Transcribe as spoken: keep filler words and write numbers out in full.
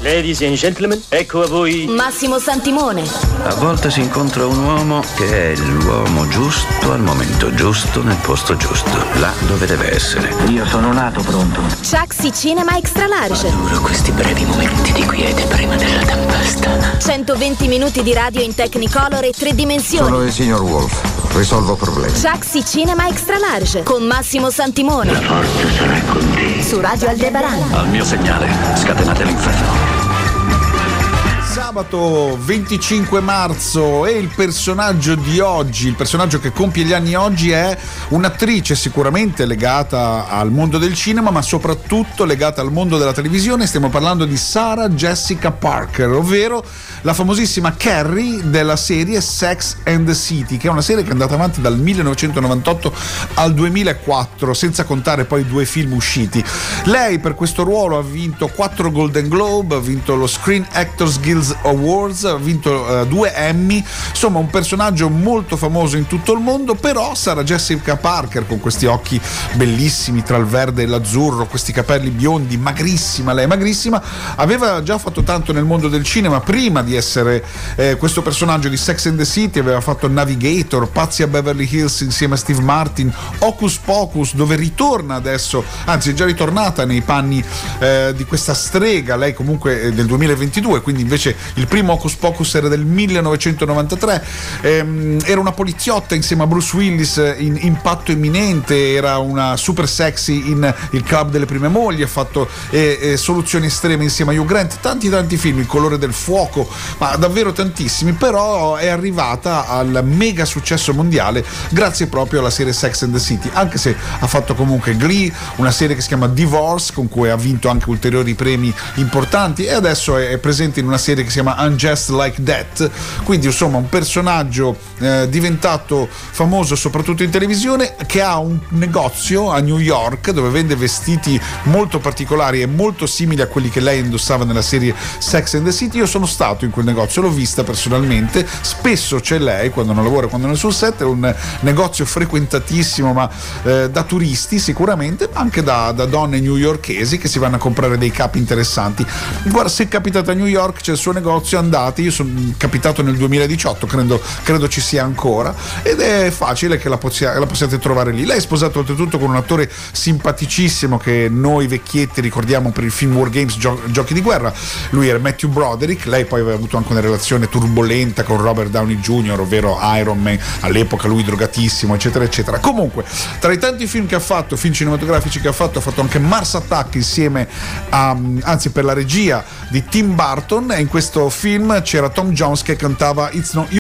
Ladies and gentlemen, ecco a voi Massimo Santimone. A volte si incontra un uomo che è l'uomo giusto al momento giusto nel posto giusto, là dove deve essere. Io sono nato pronto. Chuck's Cinema Extra Large. Adoro questi brevi momenti di quiete prima della tempesta. centoventi minuti di radio in Technicolor e tre dimensioni. Sono il signor Wolf, risolvo problemi. Chuck's Cinema Extra Large con Massimo Santimone. La forza sarà con te. Su Radio Aldebaran. Al mio segnale, scatenate l'inferno. Sabato venticinque marzo, e il personaggio di oggi, il personaggio che compie gli anni oggi, è un'attrice sicuramente legata al mondo del cinema, ma soprattutto legata al mondo della televisione. Stiamo parlando di Sarah Jessica Parker, ovvero la famosissima Carrie della serie Sex and the City, che è una serie che è andata avanti dal millenovecentonovantotto al duemilaquattro, senza contare poi due film usciti. Lei per questo ruolo ha vinto quattro Golden Globe, ha vinto lo Screen Actors Guild Awards, ha vinto uh, due Emmy, insomma un personaggio molto famoso in tutto il mondo. Però Sarah Jessica Parker, con questi occhi bellissimi tra il verde e l'azzurro, questi capelli biondi, magrissima, lei magrissima, aveva già fatto tanto nel mondo del cinema prima di essere eh, questo personaggio di Sex and the City. Aveva fatto Navigator, Pazzi a Beverly Hills insieme a Steve Martin, Hocus Pocus, dove ritorna adesso, anzi è già ritornata nei panni eh, di questa strega, lei comunque è del duemilaventidue, quindi invece il primo Hocus Pocus era del millenovecentonovantatré. Ehm, era una poliziotta insieme a Bruce Willis in Impatto Imminente, era una super sexy in Il Club delle Prime Mogli, ha fatto eh, eh, Soluzioni Estreme insieme a Hugh Grant, tanti tanti film, Il Colore del Fuoco, ma davvero tantissimi. Però è arrivata al mega successo mondiale grazie proprio alla serie Sex and the City, anche se ha fatto comunque Glee, una serie che si chiama Divorce, con cui ha vinto anche ulteriori premi importanti, e adesso è presente in una serie che si chiama Unjust Like That. Quindi insomma un personaggio eh, diventato famoso soprattutto in televisione, che ha un negozio a New York dove vende vestiti molto particolari e molto simili a quelli che lei indossava nella serie Sex and the City. Io sono stato in quel negozio, l'ho vista personalmente, spesso c'è lei quando non lavora, quando non è sul set. È un negozio frequentatissimo, ma eh, da turisti sicuramente, ma anche da, da donne newyorkesi che si vanno a comprare dei capi interessanti. Guarda, se capitate a New York c'è il suo negozio, andate. Io sono capitato nel duemiladiciotto, credo, credo ci sia ancora, ed è facile che la, possia, la possiate trovare lì. Lei è sposata oltretutto con un attore simpaticissimo che noi vecchietti ricordiamo per il film War Games, Gio- Giochi di guerra. Lui era Matthew Broderick. Lei poi aveva avuto anche una relazione turbolenta con Robert Downey junior, ovvero Iron Man, all'epoca lui drogatissimo, eccetera eccetera. Comunque, tra i tanti film che ha fatto, film cinematografici che ha fatto, ha fatto anche Mars Attack insieme a, anzi per la regia di Tim Burton, e in questo film c'era Tom Jones che cantava It's No